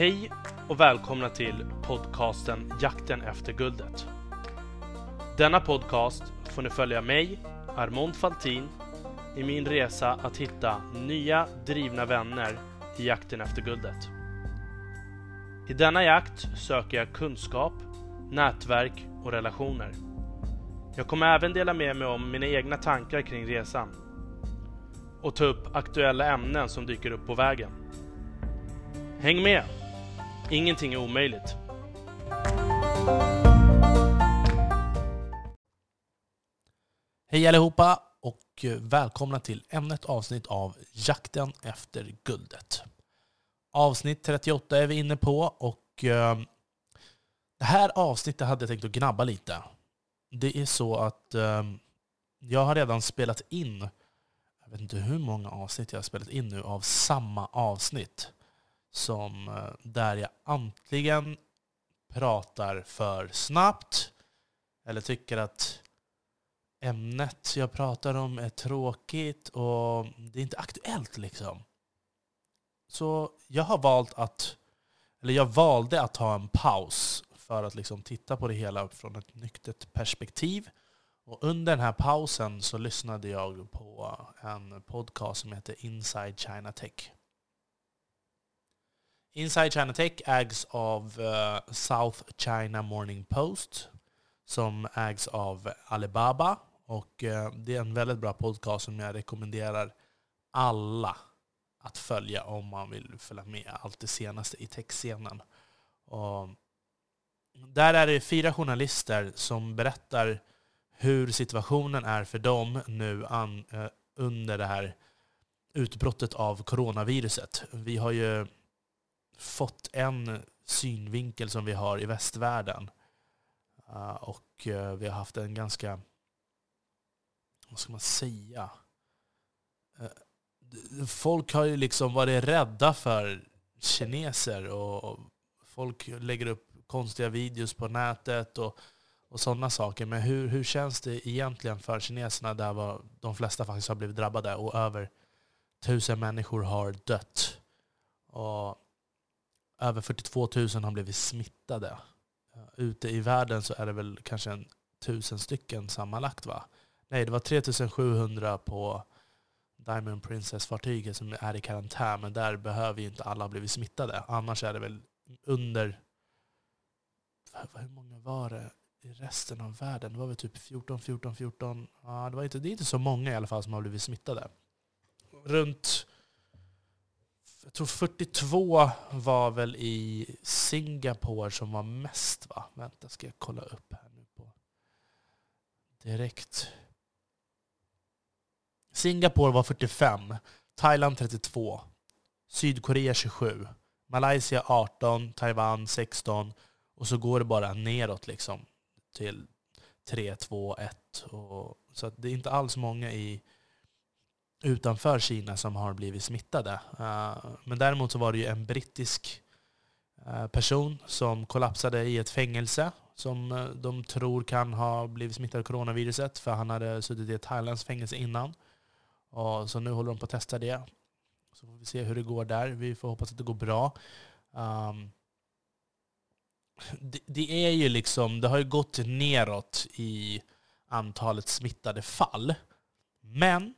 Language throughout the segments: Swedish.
Hej och välkomna till podcasten Jakten efter guldet. Denna podcast får ni följa mig, Armond Faltin, i min resa att hitta nya drivna vänner i jakten efter guldet. I denna jakt söker jag kunskap, nätverk och relationer. Jag kommer även dela med mig om mina egna tankar kring resan och ta upp aktuella ämnen som dyker upp på vägen. Häng med! Ingenting är omöjligt. Hej allihopa och välkomna till ännu ett avsnitt av Jakten efter guldet. Avsnitt 38 är vi inne på och det här avsnittet hade jag tänkt att gnabba lite. Det är så att jag har redan spelat in, jag vet inte hur många avsnitt jag har spelat in nu av samma avsnitt. Som där jag antingen pratar för snabbt eller tycker att ämnet jag pratar om är tråkigt och det är inte aktuellt liksom. Så jag valde att ta en paus för att liksom titta på det hela från ett nyktert perspektiv. Och under den här pausen så lyssnade jag på en podcast som heter Inside China Tech. Inside China Tech ägs av South China Morning Post som ägs av Alibaba. Och det är en väldigt bra podcast som jag rekommenderar alla att följa om man vill följa med allt det senaste i techscenen. Och där är det 4 journalister som berättar hur situationen är för dem nu under det här utbrottet av coronaviruset. Vi har ju fått en synvinkel som vi har i västvärlden. Och vi har haft en ganska, vad ska man säga? Folk har ju liksom varit rädda för kineser och folk lägger upp konstiga videos på nätet och sådana saker. Men hur känns det egentligen för kineserna där de flesta faktiskt har blivit drabbade och över 1000 människor har dött? Och över 42 000 har blivit smittade. Ute i världen så är det väl kanske 1000 stycken sammanlagt, va? Nej, det var 3700 på Diamond Princess-fartyget som är i karantän. Men där behöver ju inte alla ha blivit smittade. Annars är det väl under... Hur många var det i resten av världen? Det var väl typ 14. Ja, det är inte så många i alla fall som har blivit smittade. Runt... Jag tror 42 var väl i Singapore som var mest, va? Vänta, ska jag kolla upp här nu på direkt. Singapore var 45, Thailand 32, Sydkorea 27, Malaysia 18, Taiwan 16 och så går det bara neråt liksom till 3, 2, 1 och så att det är inte alls många utanför Kina som har blivit smittade. Men däremot så var det ju en brittisk person som kollapsade i ett fängelse som de tror kan ha blivit smittad av coronaviruset för han hade suttit i ett Thailands fängelse innan. Och så nu håller de på att testa det. Så får vi se hur det går där. Vi får hoppas att det går bra. Det är ju liksom, det har ju gått neråt i antalet smittade fall. Men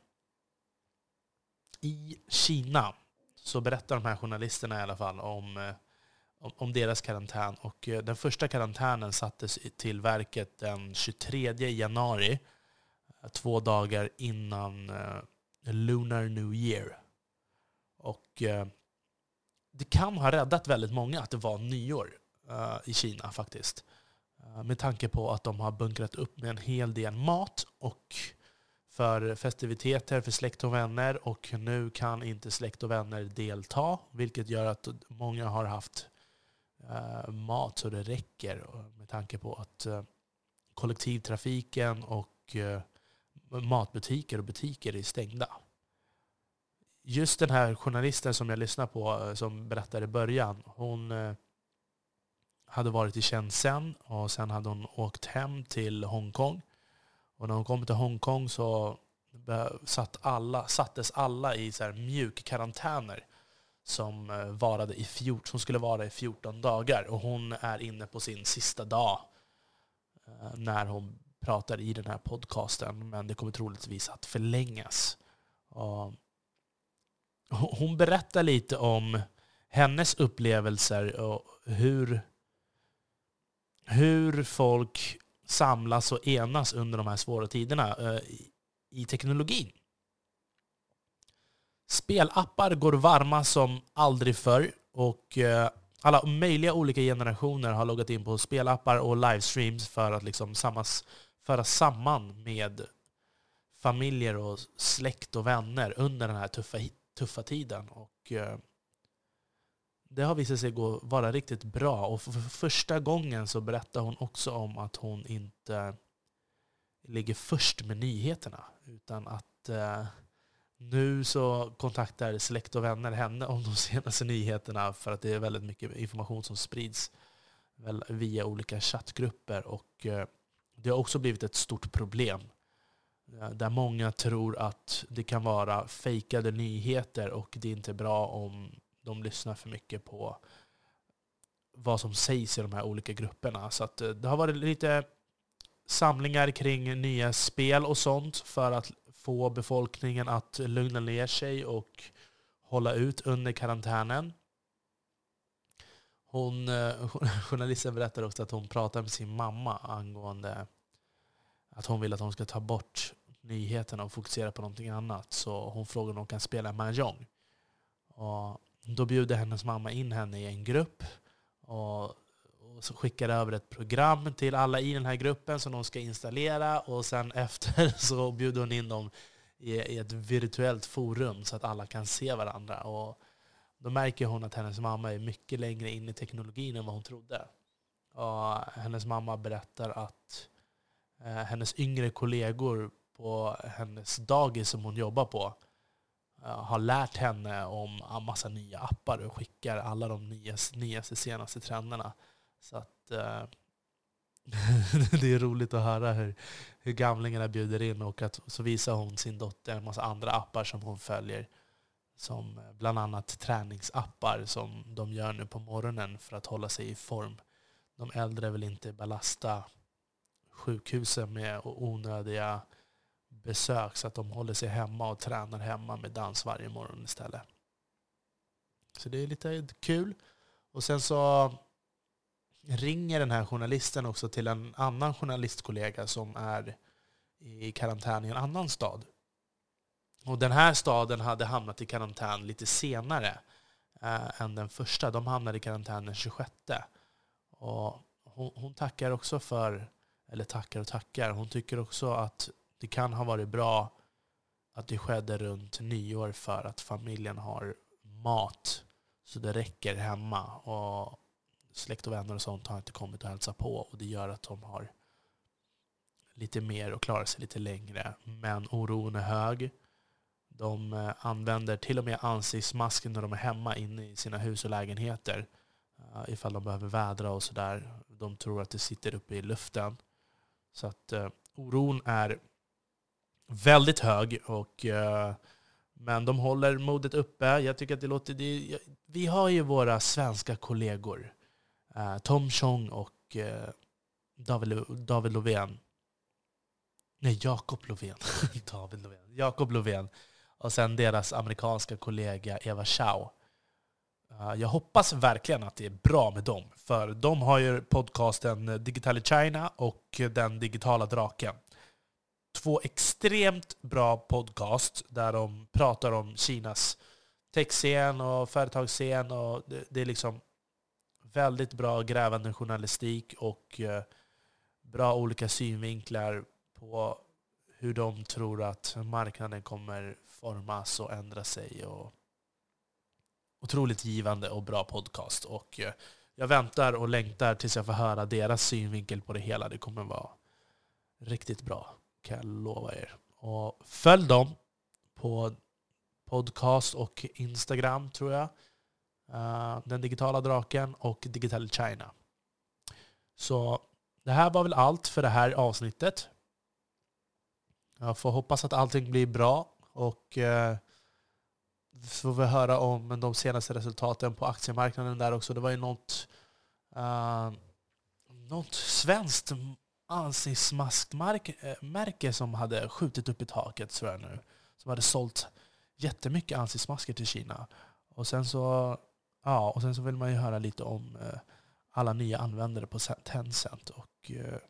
i Kina så berättar de här journalisterna i alla fall om deras karantän. Och den första karantänen sattes till verket den 23 januari. 2 dagar innan Lunar New Year. Och det kan ha räddat väldigt många att det var nyår i Kina faktiskt. Med tanke på att de har bunkrat upp med en hel del mat och för festiviteter för släkt och vänner, och nu kan inte släkt och vänner delta, vilket gör att många har haft mat så det räcker med tanke på att kollektivtrafiken och matbutiker och butiker är stängda. Just den här journalisten som jag lyssnar på som berättade i början, hon hade varit i Shenzhen och sen hade hon åkt hem till Hongkong. Och när hon kom till Hongkong så sattes alla i så här mjukkarantäner. som skulle vara i 14 dagar. Och hon är inne på sin sista dag när hon pratar i den här podcasten. Men det kommer troligtvis att förlängas. Och hon berättar lite om hennes upplevelser och hur folk samlas och enas under de här svåra tiderna i teknologin. Spelappar går varma som aldrig förr och alla möjliga olika generationer har loggat in på spelappar och livestreams för att liksom föra samman med familjer och släkt och vänner under den här tuffa tiden. Och det har visat sig vara riktigt bra. Och för första gången så berättar hon också om att hon inte ligger först med nyheterna. Utan att nu så kontaktar släkt och vänner henne om de senaste nyheterna. För att det är väldigt mycket information som sprids via olika chattgrupper. Och det har också blivit ett stort problem. Där många tror att det kan vara fejkade nyheter. Och det är inte bra om de lyssnar för mycket på vad som sägs i de här olika grupperna. Så att det har varit lite samlingar kring nya spel och sånt för att få befolkningen att lugna ner sig och hålla ut under karantänen. Journalisten berättar också att hon pratar med sin mamma angående att hon vill att hon ska ta bort nyheterna och fokusera på någonting annat. Så hon frågar om hon kan spela mahjong. Och då bjuder hennes mamma in henne i en grupp och så skickar över ett program till alla i den här gruppen som de ska installera. Och sen efter så bjuder hon in dem i ett virtuellt forum så att alla kan se varandra. Och då märker hon att hennes mamma är mycket längre in i teknologin än vad hon trodde. Och hennes mamma berättar att hennes yngre kollegor på hennes dagis som hon jobbar på har lärt henne om en massa nya appar och skickar alla de nyaste senaste trenderna. Så att det är roligt att höra hur gamlingarna bjuder in och att så visar hon sin dotter en massa andra appar som hon följer. Som bland annat träningsappar som de gör nu på morgonen för att hålla sig i form. De äldre vill inte belasta sjukhusen med onödiga besök så att de håller sig hemma och tränar hemma med dans varje morgon istället. Så det är lite kul. Och sen så ringer den här journalisten också till en annan journalistkollega som är i karantän i en annan stad. Och den här staden hade hamnat i karantän lite senare än den första. De hamnade i karantän den 26. Och hon tackar också för, eller tackar. Hon tycker också att det kan ha varit bra att det skedde runt nyår för att familjen har mat så det räcker hemma. Och släkt och vänner och sånt har inte kommit och hälsa på. Och det gör att de har lite mer och klarar sig lite längre. Men oron är hög. De använder till och med ansiktsmasken när de är hemma inne i sina hus och lägenheter. Ifall de behöver vädra och sådär. De tror att det sitter uppe i luften. Så att oron är väldigt hög. Men de håller modet uppe. Jag tycker att det låter... Vi har ju våra svenska kollegor. Tom Chong och David Lovén. Nej, Jakob Lovén. David Lovén. Jakob Lovén. Och sen deras amerikanska kollega Eva Chow. Jag hoppas verkligen att det är bra med dem. För de har ju podcasten Digital China och Den digitala draken. 2 extremt bra podcast där de pratar om Kinas techscen och företagsscen. Och det är liksom väldigt bra grävande journalistik och bra olika synvinklar på hur de tror att marknaden kommer formas och ändra sig. Och otroligt givande och bra podcast. Och jag väntar och längtar tills jag får höra deras synvinkel på det hela. Det kommer vara riktigt bra, kan jag lova er. Och följ dem på podcast och Instagram, tror jag. Den digitala draken och Digital China. Så det här var väl allt för det här avsnittet. Jag får hoppas att allting blir bra. Och får vi höra om de senaste resultaten på aktiemarknaden där också. Det var ju något svenskt ansiktsmaskmärke som hade skjutit upp i taket, tror jag nu. Som hade sålt jättemycket ansiktsmasker till Kina. Och sen så vill man ju höra lite om alla nya användare på Tencent. Och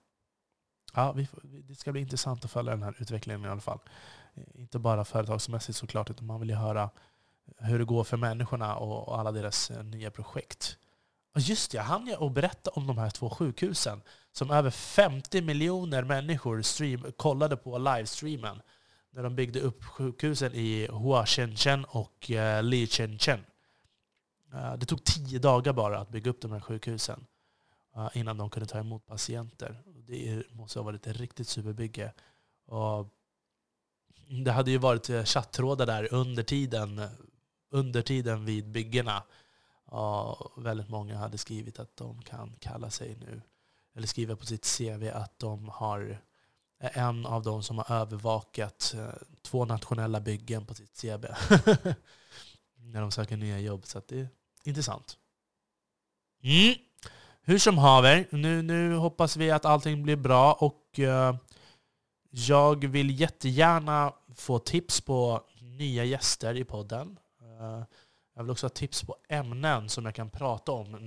det ska bli intressant att följa den här utvecklingen i alla fall. Inte bara företagsmässigt såklart, utan man vill ju höra hur det går för människorna och alla deras nya projekt. Och just det, jag hann ju att berätta om de här 2 sjukhusen som över 50 miljoner människor kollade på livestreamen när de byggde upp sjukhusen i Huashenzhen och Lichenzhen. Det tog 10 dagar bara att bygga upp de här sjukhusen innan de kunde ta emot patienter. Det måste ha varit ett riktigt superbygge. Och det hade ju varit chatttrådar där under tiden vid byggena. Och väldigt många hade skrivit att de kan kalla sig nu, eller skriva på sitt CV att de är en av de som har övervakat 2 nationella byggen på sitt CV när de söker nya jobb. Så att det är intressant. Hur som haver, nu hoppas vi att allting blir bra, och jag vill jättegärna få tips på nya gäster i podden. Jag vill också ha tips på ämnen som jag kan prata om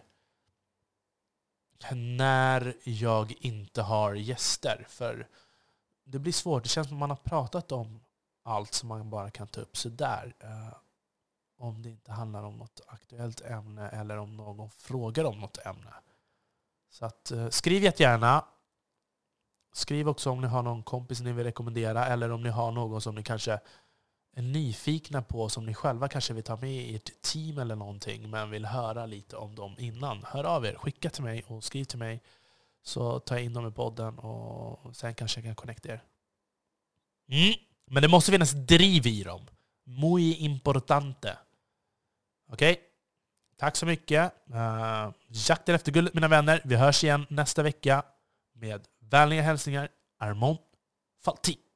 när jag inte har gäster. För det blir svårt. Det känns som att man har pratat om allt som man bara kan ta upp så där. Om det inte handlar om något aktuellt ämne eller om någon frågar om något ämne. Så att, skriv jättegärna. Skriv också om ni har någon kompis ni vill rekommendera, eller om ni har någon som ni kanske är nyfikna på, som ni själva kanske vill ta med i ert team eller någonting, men vill höra lite om dem innan. Hör av er, skicka till mig och skriv till mig, så tar jag in dem i podden och sen kanske jag kan connecta er. Men det måste finnas driv i dem. Muy importante. Okej? Tack så mycket. Jakten efter guldet, mina vänner. Vi hörs igen nästa vecka med vänliga hälsningar. Armand Faltin.